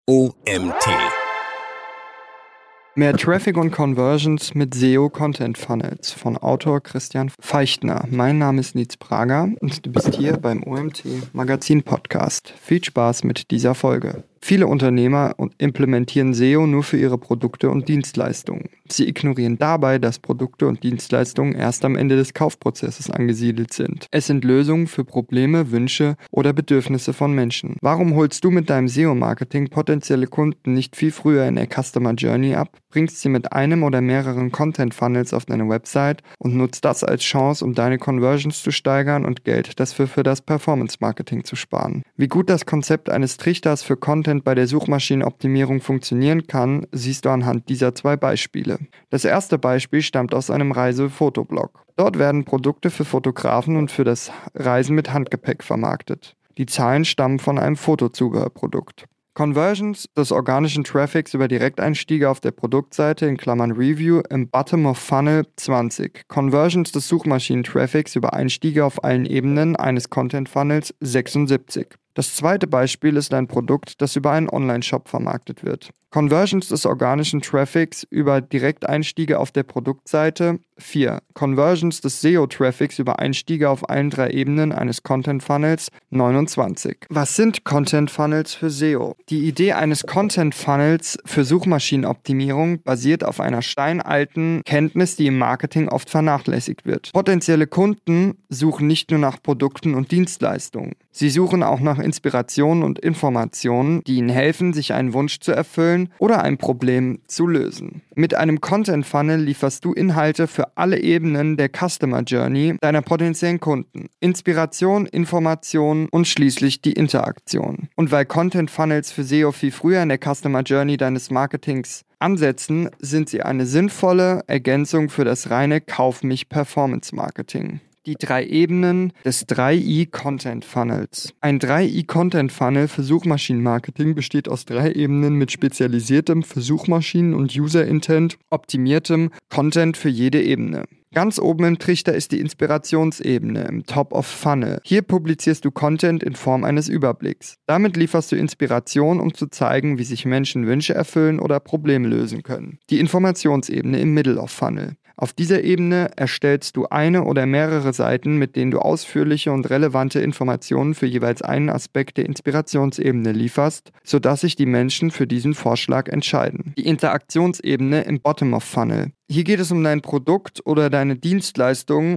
OMT. Mehr Traffic und Conversions mit SEO Content Funnels von Autor Christian Feichtner. Mein Name ist Nietz Prager und du bist hier beim OMT Magazin Podcast. Viel Spaß mit dieser Folge. Viele Unternehmer implementieren SEO nur für ihre Produkte und Dienstleistungen. Sie ignorieren dabei, dass Produkte und Dienstleistungen erst am Ende des Kaufprozesses angesiedelt sind. Es sind Lösungen für Probleme, Wünsche oder Bedürfnisse von Menschen. Warum holst du mit deinem SEO-Marketing potenzielle Kunden nicht viel früher in der Customer Journey ab, bringst sie mit einem oder mehreren Content-Funnels auf deine Website und nutzt das als Chance, um deine Conversions zu steigern und Geld dafür für das Performance-Marketing zu sparen? Wie gut das Konzept eines Trichters für Content bei der Suchmaschinenoptimierung funktionieren kann, siehst du anhand dieser zwei Beispiele. Das erste Beispiel stammt aus einem Reise-Fotoblog. Dort werden Produkte für Fotografen und für das Reisen mit Handgepäck vermarktet. Die Zahlen stammen von einem Fotozubehörprodukt. Conversions des organischen Traffics über Direkteinstiege auf der Produktseite (Review) im Bottom of Funnel 20. Conversions des Suchmaschinen-Traffics über Einstiege auf allen Ebenen eines Content-Funnels 76. Das zweite Beispiel ist ein Produkt, das über einen Online-Shop vermarktet wird. Conversions des organischen Traffics über Direkteinstiege auf der Produktseite 4. Conversions des SEO-Traffics über Einstiege auf allen drei Ebenen eines Content-Funnels 29. Was sind Content-Funnels für SEO? Die Idee eines Content-Funnels für Suchmaschinenoptimierung basiert auf einer steinalten Kenntnis, die im Marketing oft vernachlässigt wird. Potenzielle Kunden suchen nicht nur nach Produkten und Dienstleistungen. Sie suchen auch nach Inspirationen und Informationen, die ihnen helfen, sich einen Wunsch zu erfüllen oder ein Problem zu lösen. Mit einem Content Funnel lieferst du Inhalte für alle Ebenen der Customer Journey deiner potenziellen Kunden. Inspiration, Information und schließlich die Interaktion. Und weil Content Funnels für SEO viel früher in der Customer Journey deines Marketings ansetzen, sind sie eine sinnvolle Ergänzung für das reine Kauf-mich-Performance-Marketing. Die drei Ebenen des 3i-Content-Funnels. Ein 3i-Content-Funnel für Suchmaschinenmarketing besteht aus 3 Ebenen mit spezialisiertem für Suchmaschinen und User-Intent optimiertem Content für jede Ebene. Ganz oben im Trichter ist die Inspirationsebene im Top of Funnel. Hier publizierst du Content in Form eines Überblicks. Damit lieferst du Inspiration, um zu zeigen, wie sich Menschen Wünsche erfüllen oder Probleme lösen können. Die Informationsebene im Middle of Funnel. Auf dieser Ebene erstellst du eine oder mehrere Seiten, mit denen du ausführliche und relevante Informationen für jeweils einen Aspekt der Inspirationsebene lieferst, sodass sich die Menschen für diesen Vorschlag entscheiden. Die Interaktionsebene im Bottom of Funnel. Hier geht es um dein Produkt oder deine Dienstleistung.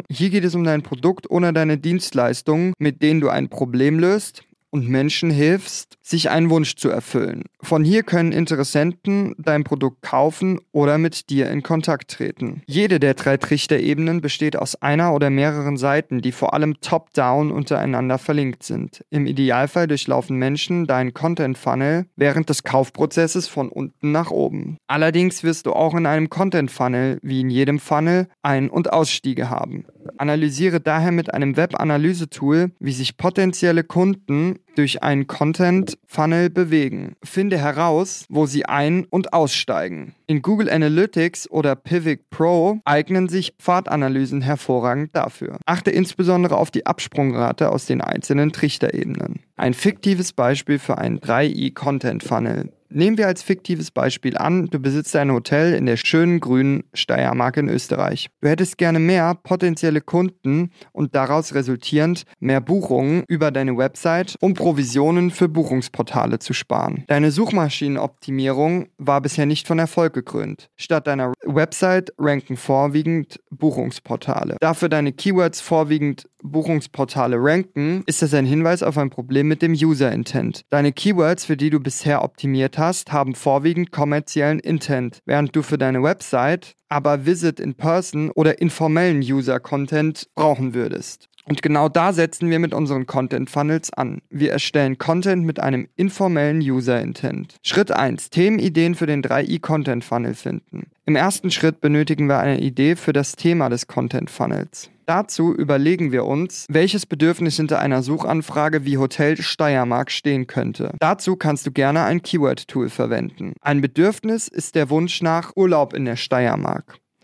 Mit denen du ein Problem löst und Menschen hilfst, sich einen Wunsch zu erfüllen. Von hier können Interessenten dein Produkt kaufen oder mit dir in Kontakt treten. Jede der 3 Trichterebenen besteht aus einer oder mehreren Seiten, die vor allem top-down untereinander verlinkt sind. Im Idealfall durchlaufen Menschen deinen Content-Funnel während des Kaufprozesses von unten nach oben. Allerdings wirst du auch in einem Content-Funnel, wie in jedem Funnel, Ein- und Ausstiege haben. Analysiere daher mit einem Web-Analyse-Tool, wie sich potenzielle Kunden durch einen Content-Funnel bewegen. Finde heraus, wo sie ein- und aussteigen. In Google Analytics oder Pivot Pro eignen sich Pfadanalysen hervorragend dafür. Achte insbesondere auf die Absprungrate aus den einzelnen Trichterebenen. Ein fiktives Beispiel für einen 3i-Content-Funnel. Nehmen wir als fiktives Beispiel an, du besitzt ein Hotel in der schönen grünen Steiermark in Österreich. Du hättest gerne mehr potenzielle Kunden und daraus resultierend mehr Buchungen über deine Website, um Provisionen für Buchungsportale zu sparen. Deine Suchmaschinenoptimierung war bisher nicht von Erfolg gekrönt. Statt deiner Website ranken vorwiegend Buchungsportale. Da für deine Keywords vorwiegend Buchungsportale ranken, ist das ein Hinweis auf ein Problem mit dem User-Intent. Deine Keywords, für die du bisher optimiert hast, haben vorwiegend kommerziellen Intent, während du für deine Website aber Visit in Person oder informellen User-Content brauchen würdest. Und genau da setzen wir mit unseren Content-Funnels an. Wir erstellen Content mit einem informellen User-Intent. Schritt 1. Themenideen für den 3i-Content-Funnel finden. Im ersten Schritt benötigen wir eine Idee für das Thema des Content-Funnels. Dazu überlegen wir uns, welches Bedürfnis hinter einer Suchanfrage wie Hotel Steiermark stehen könnte. Dazu kannst du gerne ein Keyword-Tool verwenden. Ein Bedürfnis ist der Wunsch nach Urlaub in der Steiermark.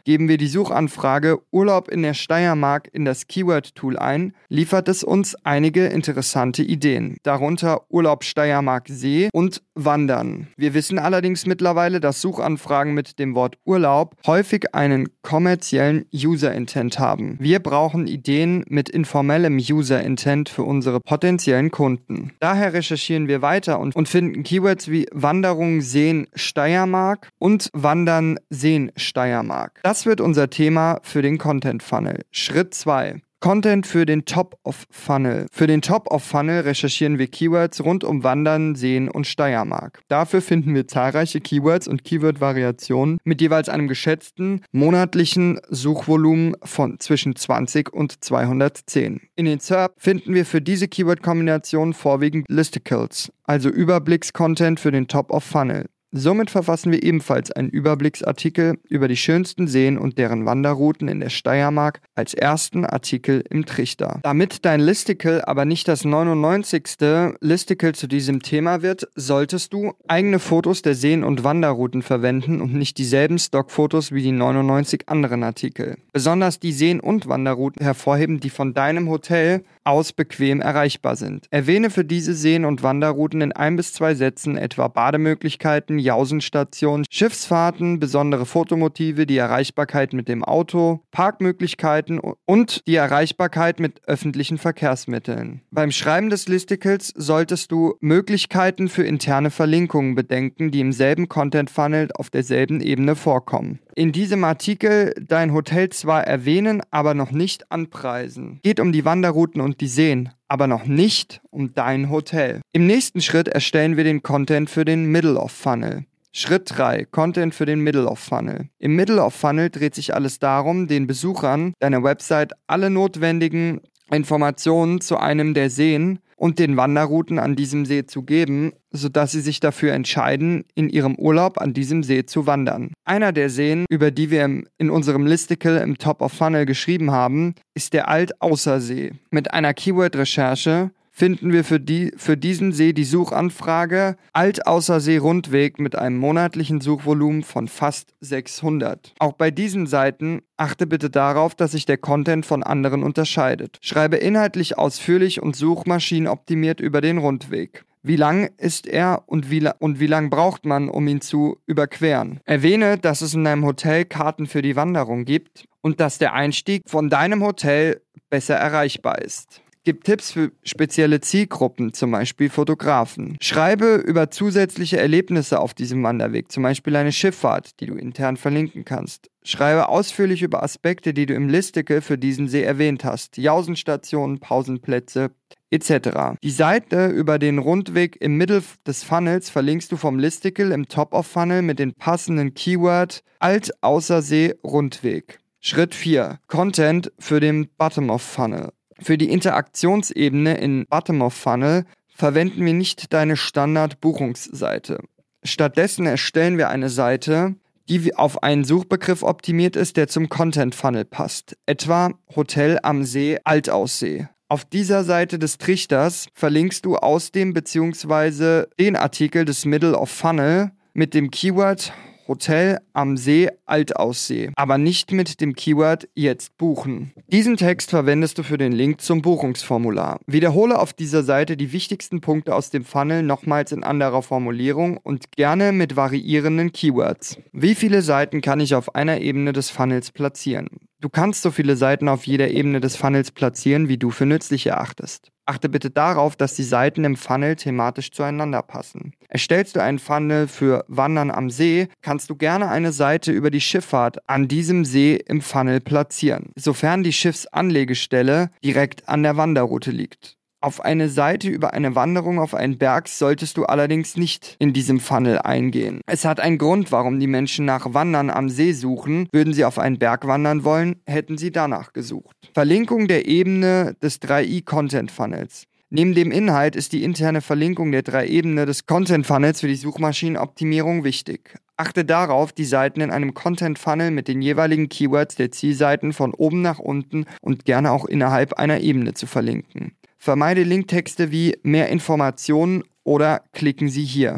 Geben wir die Suchanfrage Urlaub in der Steiermark in das Keyword-Tool ein, liefert es uns einige interessante Ideen, darunter Urlaub Steiermark See und Wandern. Wir wissen allerdings mittlerweile, dass Suchanfragen mit dem Wort Urlaub häufig einen kommerziellen User-Intent haben. Wir brauchen Ideen mit informellem User-Intent für unsere potenziellen Kunden. Daher recherchieren wir weiter und finden Keywords wie Wanderung sehen Steiermark und Wandern sehen Steiermark. Das wird unser Thema für den Content Funnel. Schritt 2. Content für den Top of Funnel. Für den Top of Funnel recherchieren wir Keywords rund um Wandern, Seen und Steiermark. Dafür finden wir zahlreiche Keywords und Keyword-Variationen mit jeweils einem geschätzten monatlichen Suchvolumen von zwischen 20 und 210. In den SERP finden wir für diese Keyword-Kombination vorwiegend Listicles, also Überblicks-Content für den Top of Funnel. Somit verfassen wir ebenfalls einen Überblicksartikel über die schönsten Seen und deren Wanderrouten in der Steiermark als ersten Artikel im Trichter. Damit dein Listicle aber nicht das 99. Listicle zu diesem Thema wird, solltest du eigene Fotos der Seen und Wanderrouten verwenden und nicht dieselben Stockfotos wie die 99 anderen Artikel. Besonders die Seen und Wanderrouten hervorheben, die von deinem Hotel aus bequem erreichbar sind. Erwähne für diese Seen und Wanderrouten in 1 bis 2 Sätzen etwa Bademöglichkeiten, Jausenstationen, Schiffsfahrten, besondere Fotomotive, die Erreichbarkeit mit dem Auto, Parkmöglichkeiten und die Erreichbarkeit mit öffentlichen Verkehrsmitteln. Beim Schreiben des Listicles solltest du Möglichkeiten für interne Verlinkungen bedenken, die im selben Content Funnel auf derselben Ebene vorkommen. In diesem Artikel dein Hotel zwar erwähnen, aber noch nicht anpreisen. Geht um die Wanderrouten und die Seen, aber noch nicht um dein Hotel. Im nächsten Schritt erstellen wir den Content für den Middle of Funnel. Schritt 3. Content für den Middle of Funnel. Im Middle of Funnel dreht sich alles darum, den Besuchern deiner Website alle notwendigen Informationen zu einem der Seen und den Wanderrouten an diesem See zu geben, sodass sie sich dafür entscheiden, in ihrem Urlaub an diesem See zu wandern. Einer der Seen, über die wir in unserem Listicle im Top of Funnel geschrieben haben, ist der Altaußersee. Mit einer Keyword-Recherche finden wir für diesen See die Suchanfrage Altaußersee Rundweg mit einem monatlichen Suchvolumen von fast 600. Auch bei diesen Seiten achte bitte darauf, dass sich der Content von anderen unterscheidet. Schreibe inhaltlich ausführlich und suchmaschinenoptimiert über den Rundweg. Wie lang ist er und wie lang braucht man, um ihn zu überqueren? Erwähne, dass es in deinem Hotel Karten für die Wanderung gibt und dass der Einstieg von deinem Hotel besser erreichbar ist. Gib Tipps für spezielle Zielgruppen, zum Beispiel Fotografen. Schreibe über zusätzliche Erlebnisse auf diesem Wanderweg, zum Beispiel eine Schifffahrt, die du intern verlinken kannst. Schreibe ausführlich über Aspekte, die du im Listicle für diesen See erwähnt hast. Jausenstationen, Pausenplätze, etc. Die Seite über den Rundweg im Middle des Funnels verlinkst du vom Listicle im Top of Funnel mit den passenden Keyword Altaußersee Rundweg. Schritt 4. Content für den Bottom of Funnel. Für die Interaktionsebene in Bottom of Funnel verwenden wir nicht deine Standard-Buchungsseite. Stattdessen erstellen wir eine Seite, die auf einen Suchbegriff optimiert ist, der zum Content Funnel passt. Etwa Hotel am See Altaussee. Auf dieser Seite des Trichters verlinkst du aus dem bzw. den Artikel des Middle of Funnel mit dem Keyword Hotel am See Altaussee, aber nicht mit dem Keyword jetzt buchen. Diesen Text verwendest du für den Link zum Buchungsformular. Wiederhole auf dieser Seite die wichtigsten Punkte aus dem Funnel nochmals in anderer Formulierung und gerne mit variierenden Keywords. Wie viele Seiten kann ich auf einer Ebene des Funnels platzieren? Du kannst so viele Seiten auf jeder Ebene des Funnels platzieren, wie du für nützlich erachtest. Achte bitte darauf, dass die Seiten im Funnel thematisch zueinander passen. Erstellst du einen Funnel für Wandern am See, kannst du gerne eine Seite über die Schifffahrt an diesem See im Funnel platzieren, sofern die Schiffsanlegestelle direkt an der Wanderroute liegt. Auf eine Seite über eine Wanderung auf einen Berg solltest du allerdings nicht in diesem Funnel eingehen. Es hat einen Grund, warum die Menschen nach Wandern am See suchen. Würden sie auf einen Berg wandern wollen, hätten sie danach gesucht. Verlinkung der Ebene des 3i Content Funnels. Neben dem Inhalt ist die interne Verlinkung der 3 Ebene des Content Funnels für die Suchmaschinenoptimierung wichtig. Achte darauf, die Seiten in einem Content Funnel mit den jeweiligen Keywords der Zielseiten von oben nach unten und gerne auch innerhalb einer Ebene zu verlinken. Vermeide Linktexte wie mehr Informationen oder klicken Sie hier.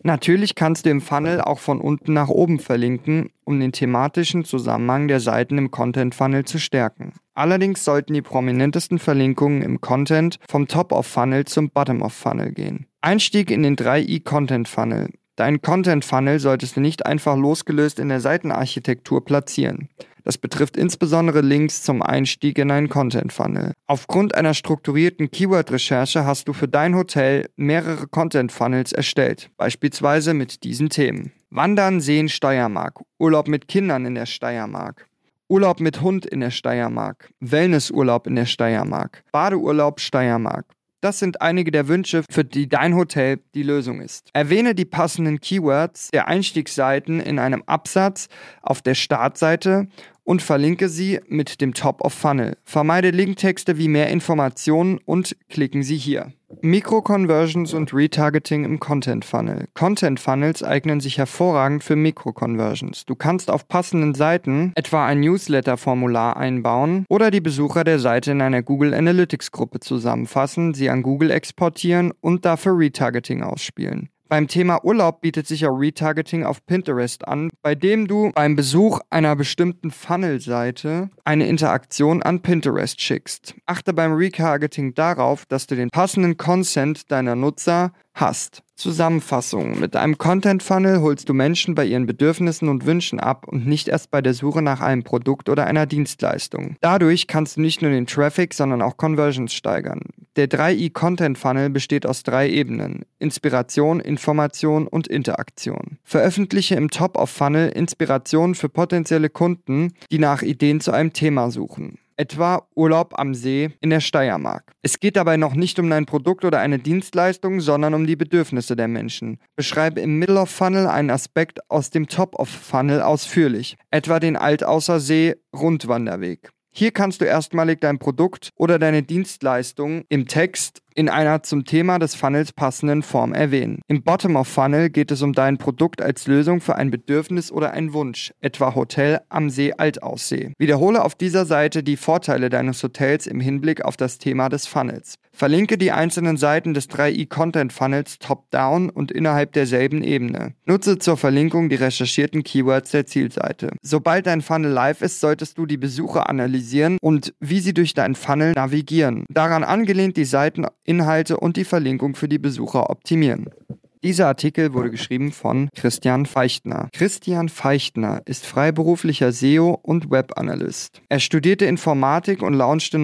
Natürlich kannst du im Funnel auch von unten nach oben verlinken, um den thematischen Zusammenhang der Seiten im Content-Funnel zu stärken. Allerdings sollten die prominentesten Verlinkungen im Content vom Top-of-Funnel zum Bottom-of-Funnel gehen. Einstieg in den 3i-Content-Funnel. Deinen Content-Funnel solltest du nicht einfach losgelöst in der Seitenarchitektur platzieren. Das betrifft insbesondere Links zum Einstieg in einen Content-Funnel. Aufgrund einer strukturierten Keyword-Recherche hast du für dein Hotel mehrere Content-Funnels erstellt, beispielsweise mit diesen Themen. Wandern, Seen, Steiermark, Urlaub mit Kindern in der Steiermark, Urlaub mit Hund in der Steiermark, Wellnessurlaub in der Steiermark, Badeurlaub Steiermark. Das sind einige der Wünsche, für die dein Hotel die Lösung ist. Erwähne die passenden Keywords der Einstiegsseiten in einem Absatz auf der Startseite und verlinke sie mit dem Top of Funnel. Vermeide Linktexte wie mehr Informationen und klicken Sie hier. Mikroconversions und Retargeting im Content Funnel. Content Funnels eignen sich hervorragend für Mikroconversions. Du kannst auf passenden Seiten etwa ein Newsletter-Formular einbauen oder die Besucher der Seite in einer Google Analytics-Gruppe zusammenfassen, sie an Google exportieren und dafür Retargeting ausspielen. Beim Thema Urlaub bietet sich auch Retargeting auf Pinterest an, bei dem du beim Besuch einer bestimmten Funnel-Seite eine Interaktion an Pinterest schickst. Achte beim Retargeting darauf, dass du den passenden Consent deiner Nutzer hast. Zusammenfassung. Mit einem Content-Funnel holst du Menschen bei ihren Bedürfnissen und Wünschen ab und nicht erst bei der Suche nach einem Produkt oder einer Dienstleistung. Dadurch kannst du nicht nur den Traffic, sondern auch Conversions steigern. Der 3i-Content-Funnel besteht aus 3 Ebenen: Inspiration, Information und Interaktion. Veröffentliche im Top-of-Funnel Inspirationen für potenzielle Kunden, die nach Ideen zu einem Thema suchen. Etwa Urlaub am See in der Steiermark. Es geht dabei noch nicht um dein Produkt oder eine Dienstleistung, sondern um die Bedürfnisse der Menschen. Beschreibe im Middle of Funnel einen Aspekt aus dem Top of Funnel ausführlich, etwa den Altaußer See Rundwanderweg. Hier kannst du erstmalig dein Produkt oder deine Dienstleistung im Text in einer zum Thema des Funnels passenden Form erwähnen. Im Bottom of Funnel geht es um dein Produkt als Lösung für ein Bedürfnis oder einen Wunsch, etwa Hotel am See Altaussee. Wiederhole auf dieser Seite die Vorteile deines Hotels im Hinblick auf das Thema des Funnels. Verlinke die einzelnen Seiten des 3i-Content-Funnels top-down und innerhalb derselben Ebene. Nutze zur Verlinkung die recherchierten Keywords der Zielseite. Sobald dein Funnel live ist, solltest du die Besucher analysieren und wie sie durch deinen Funnel navigieren. Daran angelehnt die Seiteninhalte und die Verlinkung für die Besucher optimieren. Dieser Artikel wurde geschrieben von Christian Feichtner. Christian Feichtner ist freiberuflicher SEO und Webanalyst. Er studierte Informatik und launchte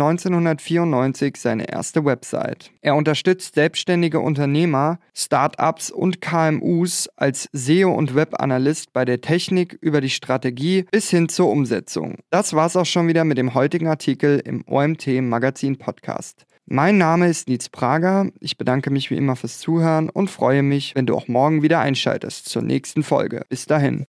1994 seine erste Website. Er unterstützt selbstständige Unternehmer, Startups und KMUs als SEO und Webanalyst bei der Technik über die Strategie bis hin zur Umsetzung. Das war's auch schon wieder mit dem heutigen Artikel im OMT Magazin Podcast. Mein Name ist Nietz Prager, ich bedanke mich wie immer fürs Zuhören und freue mich, wenn du auch morgen wieder einschaltest zur nächsten Folge. Bis dahin.